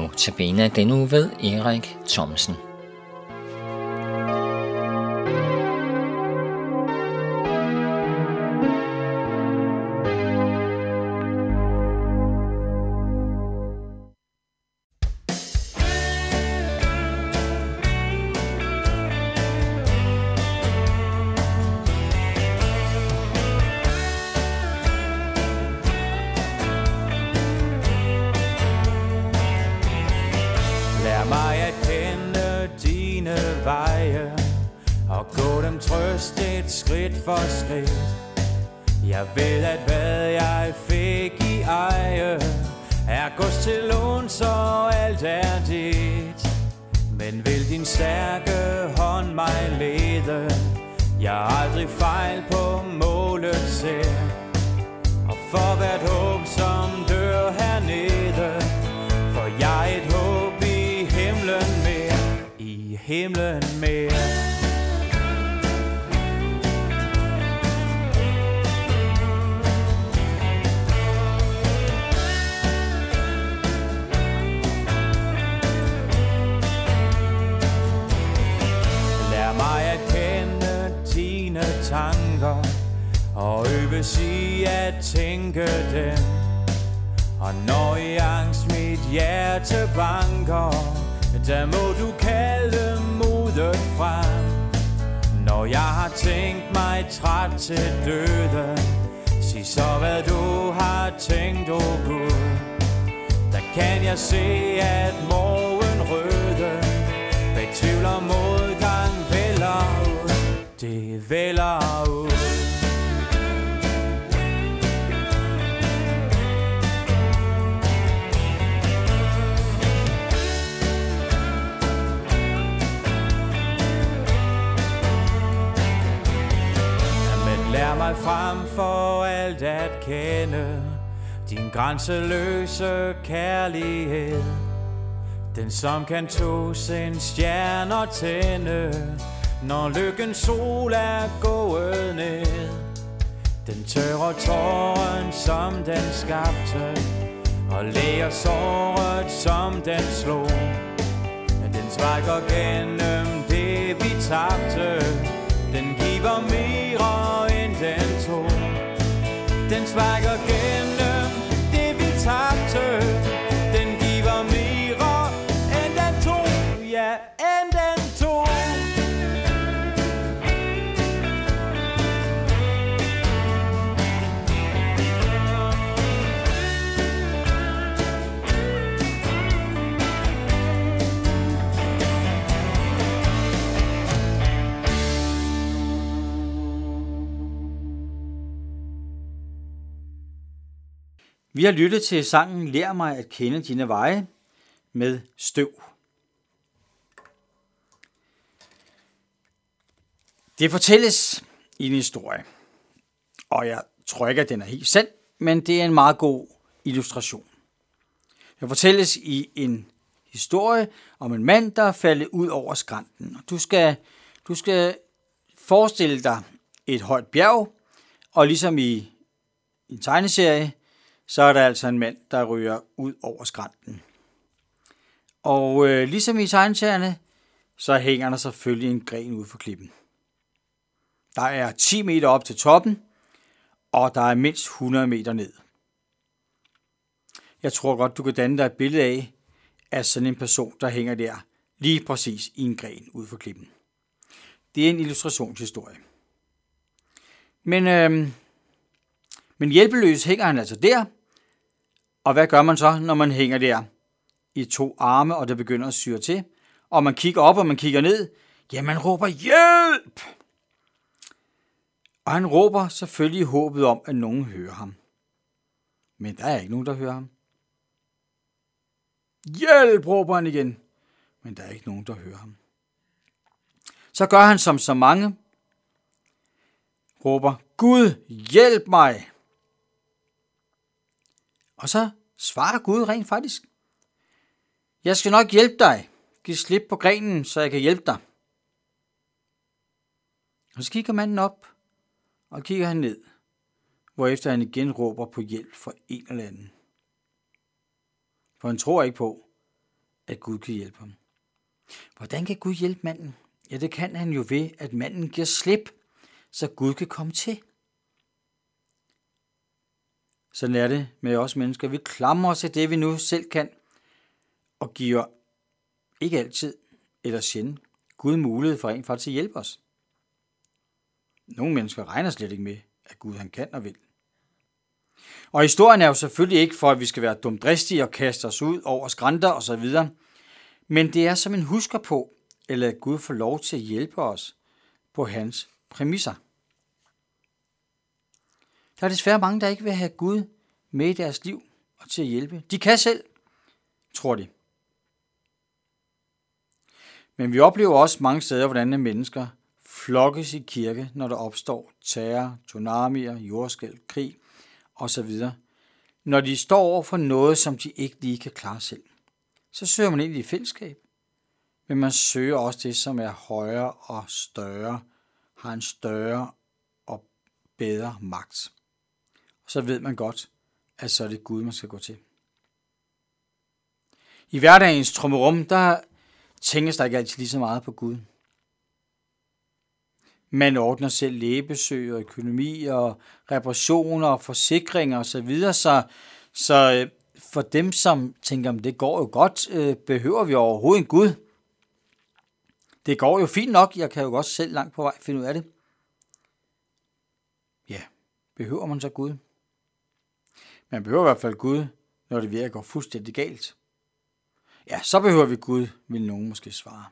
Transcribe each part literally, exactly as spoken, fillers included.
Notabene denne uge ved Erik Thomsen. Lær mig at kende dine veje og gå dem trøst et skridt for skridt. Jeg ved, at hvad jeg fik i eje er gods til lån, så alt er dit. Men vil din stærke hånd mig lede, jeg aldrig fejl på målet ser. Og for hvert håb, som dør hernede, for jeg et håb i himlen mere, i himlen mere. Lær mig at kende dine tanker og øves i at tænke dem. Og når i angst mit hjerte banker, der må du kalde modet frem. Når jeg har tænkt mig træt til døden, sig så hvad du har tænkt, åh oh Gud. Der kan jeg se at morgenrøden betvivler modgang vælger ud, det vælger ud. Lær mig frem for alt at kende din grænseløse kærlighed, den som kan tusind stjerner tænde, når lykkens sol er gået ned. Den tørrer tåren som den skabte, og læger såret som den slog. Den svækker gennem det vi tabte, den giver mere end den tog. Den svækker gennem det vi tabte, den giver mere end den tog, ja, end den tog. Vi har lyttet til sangen Lær mig at kende dine veje med Støv. Det fortælles i en historie, og jeg tror ikke, at den er helt sand, men det er en meget god illustration. Det fortælles i en historie om en mand, der er faldet ud over skrænten. Du skal, du skal forestille dig et højt bjerg, og ligesom i en tegneserie, så er der altså en mand, der ryger ud over skrænten. Og øh, ligesom i tegneserierne, så hænger der selvfølgelig en gren ud for klippen. Der er ti meter op til toppen, og der er mindst hundrede meter ned. Jeg tror godt, du kan danne dig et billede af, at sådan en person, der hænger der lige præcis i en gren ud for klippen. Det er en illustrationshistorie. Men, øh, men hjælpeløs hænger han altså der. Og hvad gør man så, når man hænger der i to arme, og det begynder at syre til? Og man kigger op, og man kigger ned. Ja, man råber hjælp! Og han råber selvfølgelig i håbet om, at nogen hører ham. Men der er ikke nogen, der hører ham. Hjælp, råber han igen. Men der er ikke nogen, der hører ham. Så gør han som så mange. Råber, Gud, hjælp mig! Og så svarer Gud rent faktisk. Jeg skal nok hjælpe dig. Giv slip på grenen, så jeg kan hjælpe dig. Og så kigger manden op, og kigger han ned, hvorefter han igen råber på hjælp for en eller anden. For han tror ikke på, at Gud kan hjælpe ham. Hvordan kan Gud hjælpe manden? Ja, det kan han jo ved, at manden giver slip, så Gud kan komme til. Sådan er det med os mennesker. Vi klamrer os til det, vi nu selv kan, og giver ikke altid eller sjældent Gud mulighed for en faktisk at hjælpe os. Nogle mennesker regner slet ikke med, at Gud han kan og vil. Og historien er jo selvfølgelig ikke for, at vi skal være dumdristige og kaste os ud over skrænter osv., men det er som en husker på, eller at Gud får lov til at hjælpe os på hans præmisser. Der er desværre mange, der ikke vil have Gud med i deres liv og til at hjælpe. De kan selv, tror de. Men vi oplever også mange steder, hvordan mennesker flokkes i kirke, når der opstår terror, tsunamier, jordskælv, krig osv. Når de står over for noget, som de ikke lige kan klare selv, så søger man ind i fællesskab. Men man søger også det, som er højere og større, har en større og bedre magt. Og så ved man godt, at så er det Gud, man skal gå til. I hverdagens trummerum, der tænkes der ikke altid lige så meget på Gud. Man ordner selv lægebesøg og økonomi og reparationer og forsikringer osv., så, så for dem, som tænker, det går jo godt, behøver vi overhovedet en Gud. Det går jo fint nok, jeg kan jo godt selv langt på vej finde ud af det. Ja, behøver man så Gud? Man behøver i hvert fald Gud, når det virker fuldstændig galt. Ja, så behøver vi Gud, vil nogen måske svare.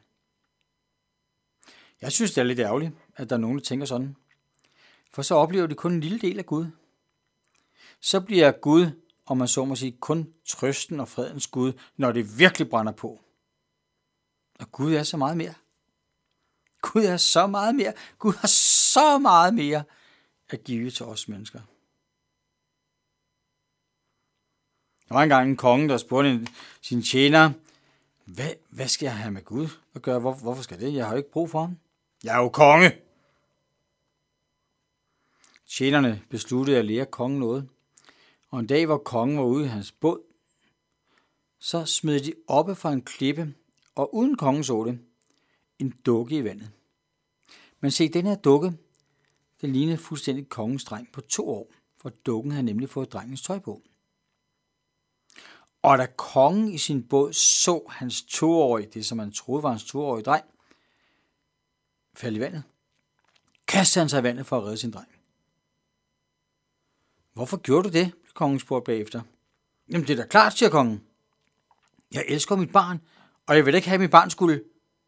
Jeg synes, det er lidt ærgerligt, at der er nogen, der tænker sådan. For så oplever de kun en lille del af Gud. Så bliver Gud, om man så må sige, kun trøsten og fredens Gud, når det virkelig brænder på. Og Gud er så meget mere. Gud er så meget mere. Gud har så meget mere at give til os mennesker. Der var engang en konge, der spurgte sin tjener, hvad, hvad skal jeg have med Gud at gøre? Hvor, hvorfor skal det? Jeg har jo ikke brug for ham. Jeg er jo konge. Tjenerne besluttede at lære kongen noget. Og en dag, hvor kongen var ude i hans båd, så smed de oppe fra en klippe, og uden kongen så det, en dukke i vandet. Men se, den her dukke, den lignede fuldstændig kongens dreng på to år, for dukken havde nemlig fået drengens tøj på. Og da kongen i sin båd så hans toårige, det som han troede var hans toårige dreng, falde i vandet, kastede han sig i vandet for at redde sin dreng. Hvorfor gjorde du det? Blev kongen spurgt bagefter. Jamen det er da klart, siger kongen. Jeg elsker mit barn, og jeg vil ikke have mit barn skulle.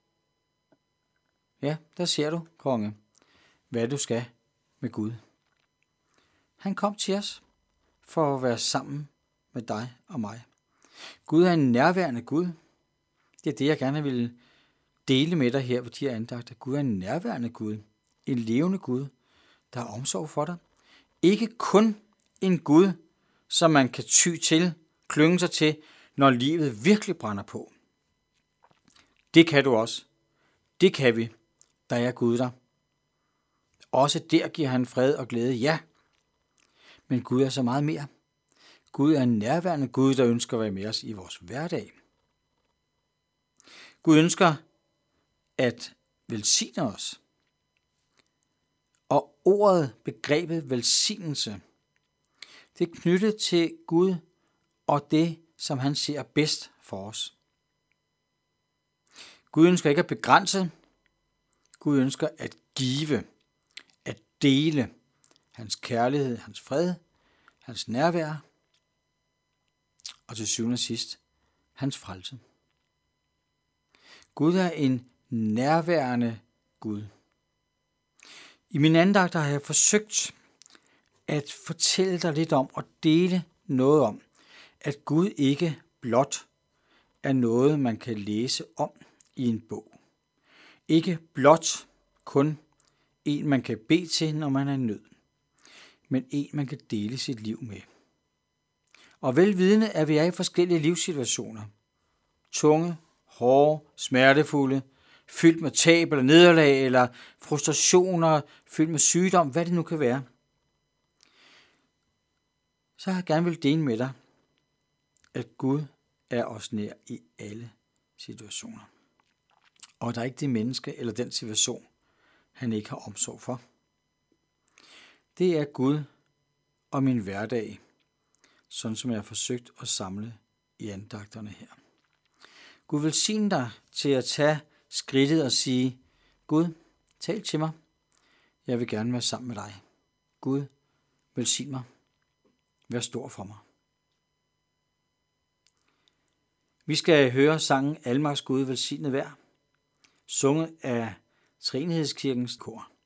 Ja, der ser du, konge, hvad du skal med Gud. Han kom til os for at være sammen med dig og mig. Gud er en nærværende Gud. Det er det, jeg gerne vil dele med dig her ved de her andagter. Gud er en nærværende Gud. En levende Gud, der har omsorg for dig. Ikke kun en Gud, som man kan ty til, klynge sig til, når livet virkelig brænder på. Det kan du også. Det kan vi. Der er Gud der. Også der giver han fred og glæde, ja. Men Gud er så meget mere. Gud er en nærværende Gud, der ønsker at være med os i vores hverdag. Gud ønsker at velsigne os. Og ordet, begrebet velsignelse, det er knyttet til Gud og det, som han ser bedst for os. Gud ønsker ikke at begrænse. Gud ønsker at give, at dele hans kærlighed, hans fred, hans nærvær og til syvende og sidst hans frelse. Gud er en nærværende Gud. I min andagt har jeg forsøgt at fortælle dig lidt om og dele noget om, at Gud ikke blot er noget, man kan læse om i en bog. Ikke blot kun en, man kan bede til, når man er i nød, men en, man kan dele sit liv med. Og velvidende er vi er i forskellige livssituationer. Tunge, hårde, smertefulde, fyldt med tab eller nederlag, eller frustrationer, fyldt med sygdom, hvad det nu kan være. Så har jeg gerne vil dele med dig, at Gud er os nær i alle situationer. Og der er ikke det menneske eller den situation, han ikke har omsorg for. Det er Gud og min hverdag, sådan som jeg har forsøgt at samle i andagterne her. Gud velsigne dig til at tage skridtet og sige, Gud, tal til mig. Jeg vil gerne være sammen med dig. Gud, velsign mig. Vær stor for mig. Vi skal høre sangen Almagts Gud velsignet vær, sunget af Treenighedskirkens kor.